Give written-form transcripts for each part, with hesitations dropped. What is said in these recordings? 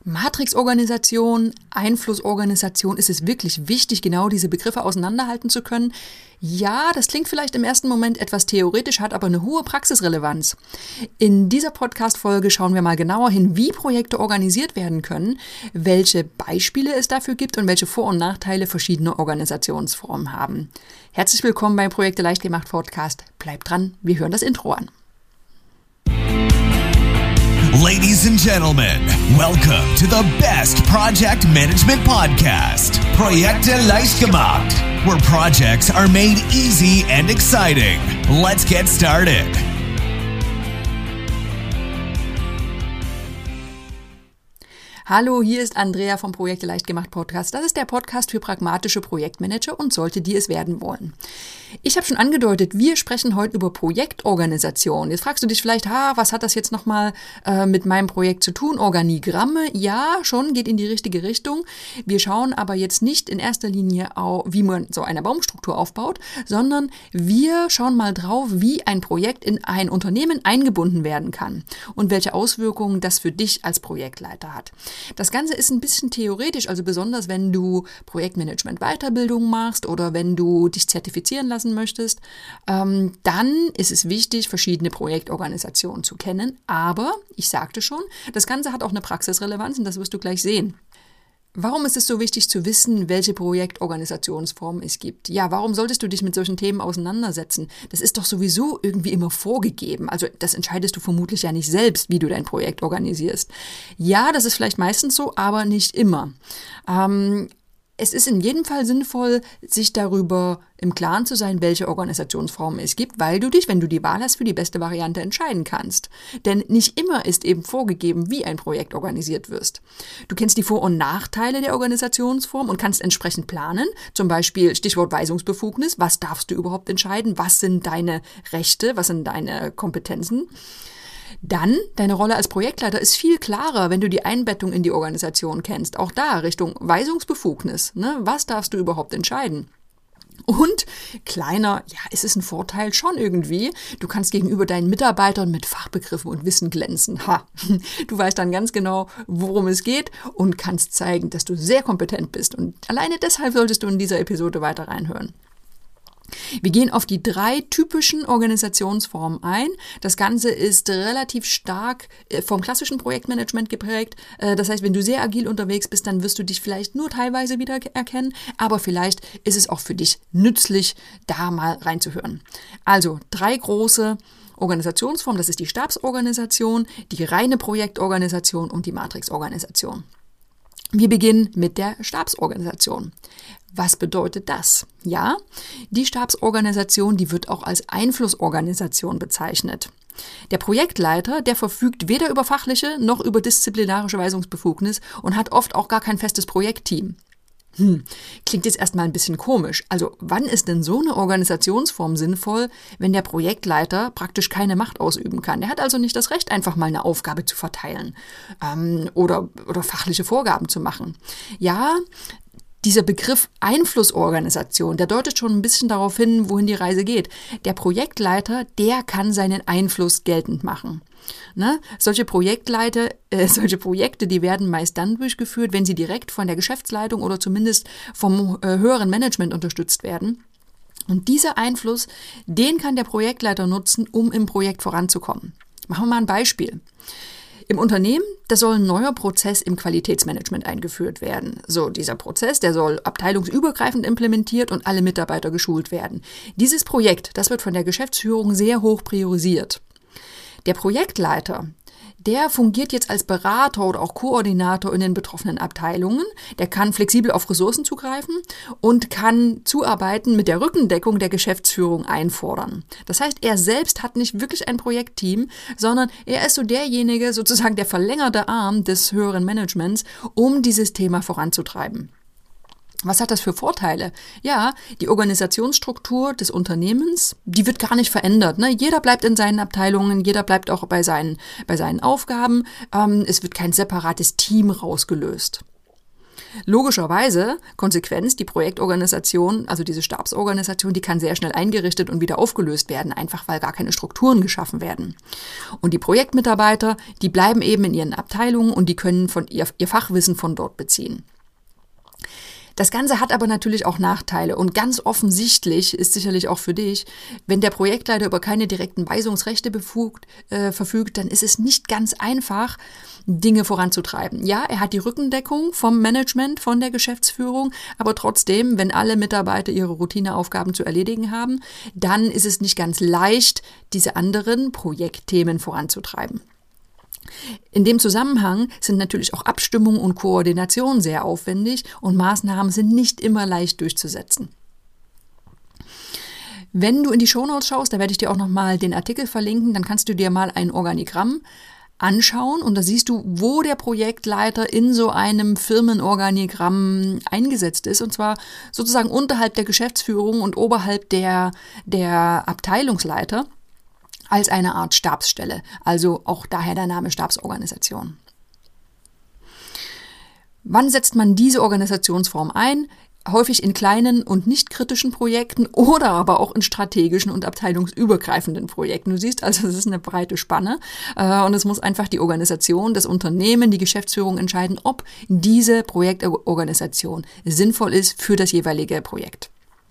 Matrixorganisation, Einflussorganisation, ist es wirklich wichtig, genau diese Begriffe auseinanderhalten zu können? Ja, das klingt vielleicht im ersten Moment etwas theoretisch, hat aber eine hohe Praxisrelevanz. In dieser Podcast-Folge schauen wir mal genauer hin, wie Projekte organisiert werden können, welche Beispiele es dafür gibt und welche Vor- und Nachteile verschiedene Organisationsformen haben. Herzlich willkommen beim Projekte leicht gemacht Podcast. Bleibt dran, wir hören das Intro an. Ladies and gentlemen, welcome to the best project management podcast, Projekte leicht gemacht, where projects are made easy and exciting. Let's get started. Hallo, hier ist Andrea vom Projekte leicht gemacht Podcast. Das ist der Podcast für pragmatische Projektmanager und solche, die es werden wollen. Ich habe schon angedeutet, wir sprechen heute über Projektorganisation. Jetzt fragst du dich vielleicht, was hat das jetzt nochmal mit meinem Projekt zu tun? Organigramme? Ja, schon, geht in die richtige Richtung. Wir schauen aber jetzt nicht in erster Linie, wie man so eine Baumstruktur aufbaut, sondern wir schauen mal drauf, wie ein Projekt in ein Unternehmen eingebunden werden kann und welche Auswirkungen das für dich als Projektleiter hat. Das Ganze ist ein bisschen theoretisch, also besonders wenn du Projektmanagement-Weiterbildung machst oder wenn du dich zertifizieren lassen möchtest, dann ist es wichtig, verschiedene Projektorganisationen zu kennen. Aber, ich sagte schon, das Ganze hat auch eine Praxisrelevanz und das wirst du gleich sehen. Warum ist es so wichtig zu wissen, welche Projektorganisationsformen es gibt? Ja, warum solltest du dich mit solchen Themen auseinandersetzen? Das ist doch sowieso irgendwie immer vorgegeben. Also das entscheidest du vermutlich ja nicht selbst, wie du dein Projekt organisierst. Ja, das ist vielleicht meistens so, aber nicht immer. Es ist in jedem Fall sinnvoll, sich darüber im Klaren zu sein, welche Organisationsformen es gibt, weil du dich, wenn du die Wahl hast, für die beste Variante entscheiden kannst. Denn nicht immer ist eben vorgegeben, wie ein Projekt organisiert wird. Du kennst die Vor- und Nachteile der Organisationsform und kannst entsprechend planen. Zum Beispiel Stichwort Weisungsbefugnis. Was darfst du überhaupt entscheiden? Was sind deine Rechte? Was sind deine Kompetenzen? Dann, deine Rolle als Projektleiter ist viel klarer, wenn du die Einbettung in die Organisation kennst. Auch da Richtung Weisungsbefugnis. Ne? Was darfst du überhaupt entscheiden? Und kleiner, ja, es ist ein Vorteil schon irgendwie. Du kannst gegenüber deinen Mitarbeitern mit Fachbegriffen und Wissen glänzen. Du weißt dann ganz genau, worum es geht und kannst zeigen, dass du sehr kompetent bist. Und alleine deshalb solltest du in dieser Episode weiter reinhören. Wir gehen auf die 3 typischen Organisationsformen ein. Das Ganze ist relativ stark vom klassischen Projektmanagement geprägt. Das heißt, wenn du sehr agil unterwegs bist, dann wirst du dich vielleicht nur teilweise wieder erkennen, aber vielleicht ist es auch für dich nützlich, da mal reinzuhören. Also 3 große Organisationsformen. Das ist die Stabsorganisation, die reine Projektorganisation und die Matrixorganisation. Wir beginnen mit der Stabsorganisation. Was bedeutet das? Ja, die Stabsorganisation, die wird auch als Einflussorganisation bezeichnet. Der Projektleiter, der verfügt weder über fachliche noch über disziplinarische Weisungsbefugnis und hat oft auch gar kein festes Projektteam. Klingt jetzt erstmal ein bisschen komisch. Also wann ist denn so eine Organisationsform sinnvoll, wenn der Projektleiter praktisch keine Macht ausüben kann? Der hat also nicht das Recht, einfach mal eine Aufgabe zu verteilen oder fachliche Vorgaben zu machen. Ja, dieser Begriff Einflussorganisation, der deutet schon ein bisschen darauf hin, wohin die Reise geht. Der Projektleiter, der kann seinen Einfluss geltend machen. Ne? Solche Projekte, die werden meist dann durchgeführt, wenn sie direkt von der Geschäftsleitung oder zumindest vom höheren Management unterstützt werden. Und dieser Einfluss, den kann der Projektleiter nutzen, um im Projekt voranzukommen. Machen wir mal ein Beispiel. Im Unternehmen, da soll ein neuer Prozess im Qualitätsmanagement eingeführt werden. So, dieser Prozess, der soll abteilungsübergreifend implementiert und alle Mitarbeiter geschult werden. Dieses Projekt, das wird von der Geschäftsführung sehr hoch priorisiert. Der Projektleiter, der fungiert jetzt als Berater oder auch Koordinator in den betroffenen Abteilungen. Der kann flexibel auf Ressourcen zugreifen und kann Zuarbeiten mit der Rückendeckung der Geschäftsführung einfordern. Das heißt, er selbst hat nicht wirklich ein Projektteam, sondern er ist so derjenige, sozusagen der verlängerte Arm des höheren Managements, um dieses Thema voranzutreiben. Was hat das für Vorteile? Ja, die Organisationsstruktur des Unternehmens, die wird gar nicht verändert. Ne? Jeder bleibt in seinen Abteilungen, jeder bleibt auch bei seinen Aufgaben. Es wird kein separates Team rausgelöst. Logischerweise, Konsequenz, die Projektorganisation, also diese Stabsorganisation, die kann sehr schnell eingerichtet und wieder aufgelöst werden, einfach weil gar keine Strukturen geschaffen werden. Und die Projektmitarbeiter, die bleiben eben in ihren Abteilungen und die können ihr Fachwissen von dort beziehen. Das Ganze hat aber natürlich auch Nachteile und ganz offensichtlich ist sicherlich auch für dich, wenn der Projektleiter über keine direkten Weisungsrechte verfügt, dann ist es nicht ganz einfach, Dinge voranzutreiben. Ja, er hat die Rückendeckung vom Management, von der Geschäftsführung, aber trotzdem, wenn alle Mitarbeiter ihre Routineaufgaben zu erledigen haben, dann ist es nicht ganz leicht, diese anderen Projektthemen voranzutreiben. In dem Zusammenhang sind natürlich auch Abstimmung und Koordination sehr aufwendig und Maßnahmen sind nicht immer leicht durchzusetzen. Wenn du in die Shownotes schaust, da werde ich dir auch nochmal den Artikel verlinken, dann kannst du dir mal ein Organigramm anschauen und da siehst du, wo der Projektleiter in so einem Firmenorganigramm eingesetzt ist und zwar sozusagen unterhalb der Geschäftsführung und oberhalb der Abteilungsleiter. Als eine Art Stabsstelle, also auch daher der Name Stabsorganisation. Wann setzt man diese Organisationsform ein? Häufig in kleinen und nicht kritischen Projekten oder aber auch in strategischen und abteilungsübergreifenden Projekten. Du siehst also, es ist eine breite Spanne und es muss einfach die Organisation, das Unternehmen, die Geschäftsführung entscheiden, ob diese Projektorganisation sinnvoll ist für das jeweilige Projekt.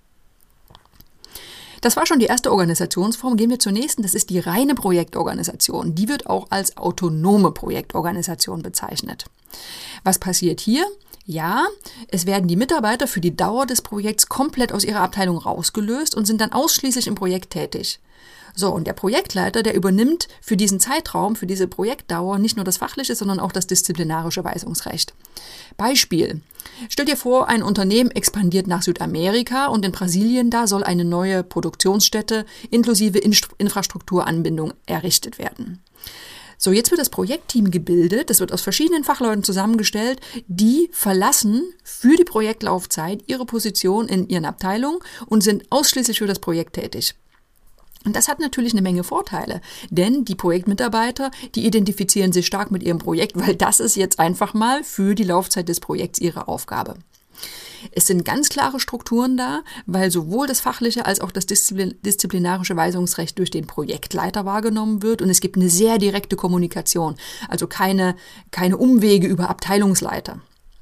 Das war schon die erste Organisationsform. Gehen wir zur nächsten. Das ist die reine Projektorganisation. Die wird auch als autonome Projektorganisation bezeichnet. Was passiert hier? Ja, es werden die Mitarbeiter für die Dauer des Projekts komplett aus ihrer Abteilung rausgelöst und sind dann ausschließlich im Projekt tätig. So, und der Projektleiter, der übernimmt für diesen Zeitraum, für diese Projektdauer nicht nur das fachliche, sondern auch das disziplinarische Weisungsrecht. Beispiel. Stell dir vor, ein Unternehmen expandiert nach Südamerika und in Brasilien, da soll eine neue Produktionsstätte inklusive Infrastrukturanbindung errichtet werden. So, jetzt wird das Projektteam gebildet, das wird aus verschiedenen Fachleuten zusammengestellt, die verlassen für die Projektlaufzeit ihre Position in ihren Abteilungen und sind ausschließlich für das Projekt tätig. Und das hat natürlich eine Menge Vorteile, denn die Projektmitarbeiter, die identifizieren sich stark mit ihrem Projekt, weil das ist jetzt einfach mal für die Laufzeit des Projekts ihre Aufgabe. Es sind ganz klare Strukturen da, weil sowohl das fachliche als auch das disziplinarische Weisungsrecht durch den Projektleiter wahrgenommen wird und es gibt eine sehr direkte Kommunikation, also keine Umwege über Abteilungsleiter.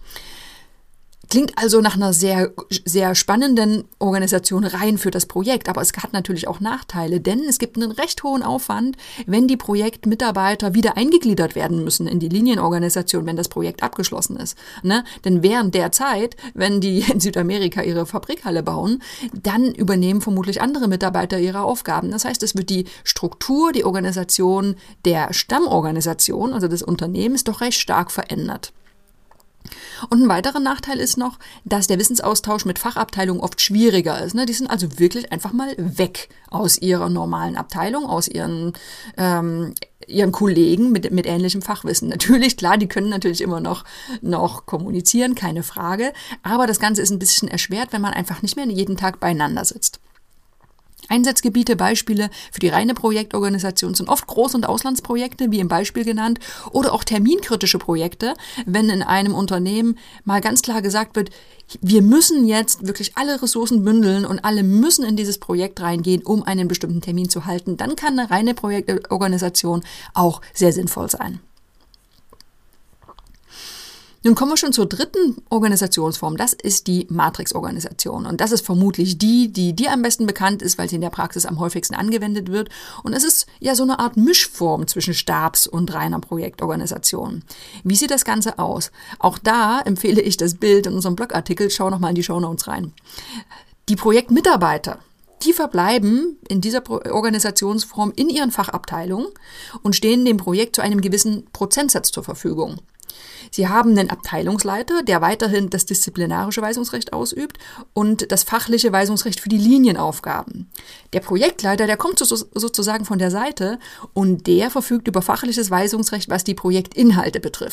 Klingt also nach einer sehr, sehr spannenden Organisation rein für das Projekt, aber es hat natürlich auch Nachteile, denn es gibt einen recht hohen Aufwand, wenn die Projektmitarbeiter wieder eingegliedert werden müssen in die Linienorganisation, wenn das Projekt abgeschlossen ist. Ne? Denn während der Zeit, wenn die in Südamerika ihre Fabrikhalle bauen, dann übernehmen vermutlich andere Mitarbeiter ihre Aufgaben. Das heißt, es wird die Struktur, die Organisation der Stammorganisation, also des Unternehmens, doch recht stark verändert. Und ein weiterer Nachteil ist noch, dass der Wissensaustausch mit Fachabteilungen oft schwieriger ist. Die sind also wirklich einfach mal weg aus ihrer normalen Abteilung, aus ihren Kollegen mit ähnlichem Fachwissen. Natürlich, klar, die können natürlich immer noch kommunizieren, keine Frage. Aber das Ganze ist ein bisschen erschwert, wenn man einfach nicht mehr jeden Tag beieinander sitzt. Einsatzgebiete, Beispiele für die reine Projektorganisation sind oft Groß- und Auslandsprojekte, wie im Beispiel genannt, oder auch terminkritische Projekte, wenn in einem Unternehmen mal ganz klar gesagt wird, wir müssen jetzt wirklich alle Ressourcen bündeln und alle müssen in dieses Projekt reingehen, um einen bestimmten Termin zu halten. Dann kann eine reine Projektorganisation auch sehr sinnvoll sein. Nun kommen wir schon zur dritten Organisationsform. Das ist die Matrix-Organisation. Und das ist vermutlich die dir am besten bekannt ist, weil sie in der Praxis am häufigsten angewendet wird. Und es ist ja so eine Art Mischform zwischen Stabs- und reiner Projektorganisation. Wie sieht das Ganze aus? Auch da empfehle ich das Bild in unserem Blogartikel. Schau nochmal in die Shownotes rein. Die Projektmitarbeiter, die verbleiben in dieser Organisationsform in ihren Fachabteilungen und stehen dem Projekt zu einem gewissen Prozentsatz zur Verfügung. Sie haben einen Abteilungsleiter, der weiterhin das disziplinarische Weisungsrecht ausübt und das fachliche Weisungsrecht für die Linienaufgaben. Der Projektleiter, der kommt sozusagen von der Seite und der verfügt über fachliches Weisungsrecht, was die Projektinhalte betrifft.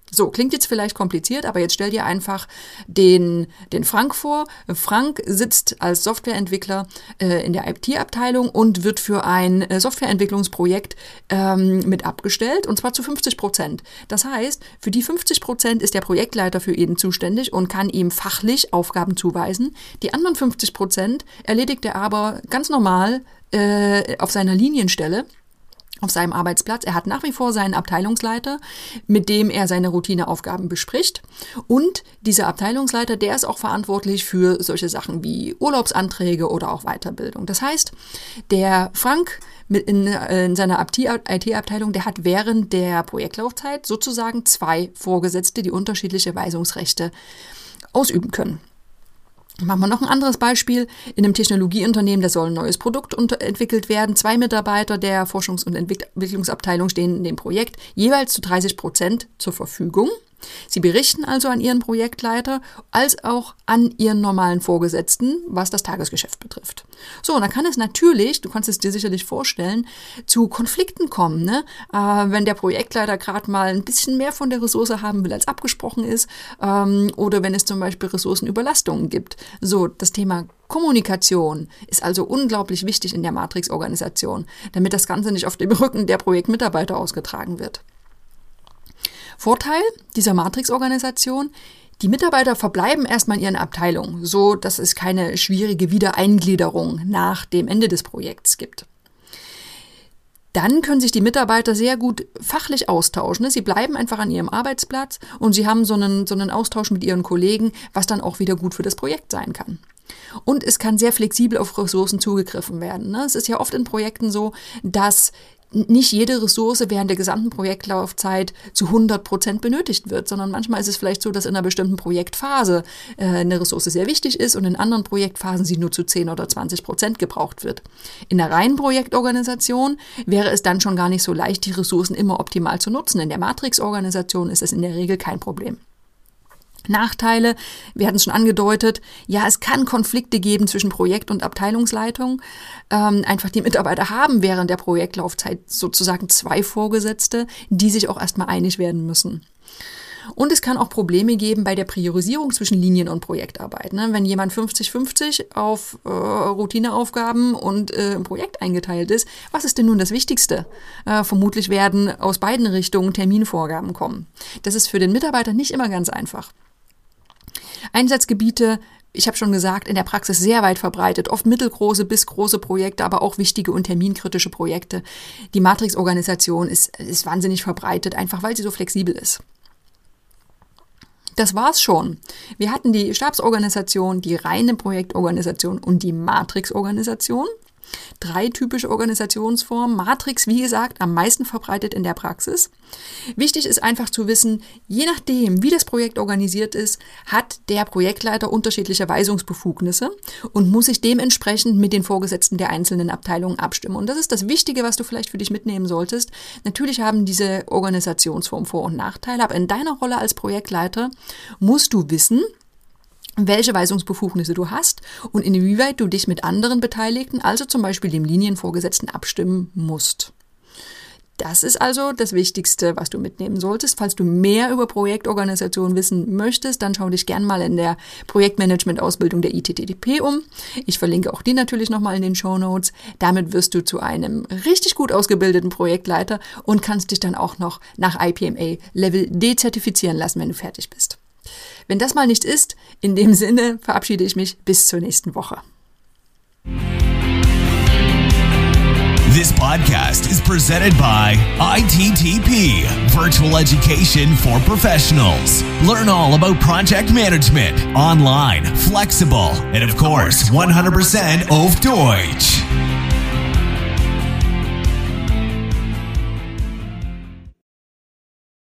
So, klingt jetzt vielleicht kompliziert, aber jetzt stell dir einfach den Frank vor. Frank sitzt als Softwareentwickler in der IT-Abteilung und wird für ein Softwareentwicklungsprojekt mit abgestellt, und zwar zu 50%. Das heißt, für die 50% ist der Projektleiter für ihn zuständig und kann ihm fachlich Aufgaben zuweisen. Die anderen 50% erledigt er aber ganz normal auf seiner Linienstelle, auf seinem Arbeitsplatz. Er hat nach wie vor seinen Abteilungsleiter, mit dem er seine Routineaufgaben bespricht. Und dieser Abteilungsleiter, der ist auch verantwortlich für solche Sachen wie Urlaubsanträge oder auch Weiterbildung. Das heißt, der Frank in seiner IT-Abteilung, der hat während der Projektlaufzeit sozusagen 2 Vorgesetzte, die unterschiedliche Weisungsrechte ausüben können. Machen wir noch ein anderes Beispiel. In einem Technologieunternehmen, da soll ein neues Produkt entwickelt werden. 2 Mitarbeiter der Forschungs- und Entwicklungsabteilung stehen in dem Projekt jeweils zu 30% zur Verfügung. Sie berichten also an ihren Projektleiter als auch an ihren normalen Vorgesetzten, was das Tagesgeschäft betrifft. So, und dann kann es natürlich, du kannst es dir sicherlich vorstellen, zu Konflikten kommen, ne? Wenn der Projektleiter gerade mal ein bisschen mehr von der Ressource haben will, als abgesprochen ist, oder wenn es zum Beispiel Ressourcenüberlastungen gibt. So, das Thema Kommunikation ist also unglaublich wichtig in der Matrix-Organisation, damit das Ganze nicht auf dem Rücken der Projektmitarbeiter ausgetragen wird. Vorteil dieser Matrix-Organisation: Die Mitarbeiter verbleiben erstmal in ihren Abteilungen, so dass es keine schwierige Wiedereingliederung nach dem Ende des Projekts gibt. Dann können sich die Mitarbeiter sehr gut fachlich austauschen. Sie bleiben einfach an ihrem Arbeitsplatz und sie haben so einen Austausch mit ihren Kollegen, was dann auch wieder gut für das Projekt sein kann. Und es kann sehr flexibel auf Ressourcen zugegriffen werden. Es ist ja oft in Projekten so, dass nicht jede Ressource während der gesamten Projektlaufzeit zu 100% benötigt wird, sondern manchmal ist es vielleicht so, dass in einer bestimmten Projektphase eine Ressource sehr wichtig ist und in anderen Projektphasen sie nur zu 10 oder 20% gebraucht wird. In einer reinen Projektorganisation wäre es dann schon gar nicht so leicht, die Ressourcen immer optimal zu nutzen. In der Matrix-Organisation ist es in der Regel kein Problem. Nachteile, wir hatten es schon angedeutet, ja, es kann Konflikte geben zwischen Projekt- und Abteilungsleitung. Einfach die Mitarbeiter haben während der Projektlaufzeit sozusagen 2 Vorgesetzte, die sich auch erstmal einig werden müssen. Und es kann auch Probleme geben bei der Priorisierung zwischen Linien- und Projektarbeit. Wenn jemand 50-50 auf Routineaufgaben und im Projekt eingeteilt ist, was ist denn nun das Wichtigste? Vermutlich werden aus beiden Richtungen Terminvorgaben kommen. Das ist für den Mitarbeiter nicht immer ganz einfach. Einsatzgebiete, ich habe schon gesagt, in der Praxis sehr weit verbreitet, oft mittelgroße bis große Projekte, aber auch wichtige und terminkritische Projekte. Die Matrix-Organisation ist wahnsinnig verbreitet, einfach weil sie so flexibel ist. Das war's schon. Wir hatten die Stabsorganisation, die reine Projektorganisation und die Matrix-Organisation. 3 typische Organisationsformen. Matrix, wie gesagt, am meisten verbreitet in der Praxis. Wichtig ist einfach zu wissen, je nachdem, wie das Projekt organisiert ist, hat der Projektleiter unterschiedliche Weisungsbefugnisse und muss sich dementsprechend mit den Vorgesetzten der einzelnen Abteilungen abstimmen. Und das ist das Wichtige, was du vielleicht für dich mitnehmen solltest. Natürlich haben diese Organisationsformen Vor- und Nachteile, aber in deiner Rolle als Projektleiter musst du wissen, welche Weisungsbefugnisse du hast und inwieweit du dich mit anderen Beteiligten, also zum Beispiel dem Linienvorgesetzten, abstimmen musst. Das ist also das Wichtigste, was du mitnehmen solltest. Falls du mehr über Projektorganisation wissen möchtest, dann schau dich gern mal in der Projektmanagement-Ausbildung der ITTP um. Ich verlinke auch die natürlich nochmal in den Shownotes. Damit wirst du zu einem richtig gut ausgebildeten Projektleiter und kannst dich dann auch noch nach IPMA Level D zertifizieren lassen, wenn du fertig bist. Wenn das mal nicht ist, in dem Sinne verabschiede ich mich bis zur nächsten Woche. This podcast is presented by ITTP, Virtual Education for Professionals. Learn all about project management, online, flexible, and of course, 100% auf Deutsch.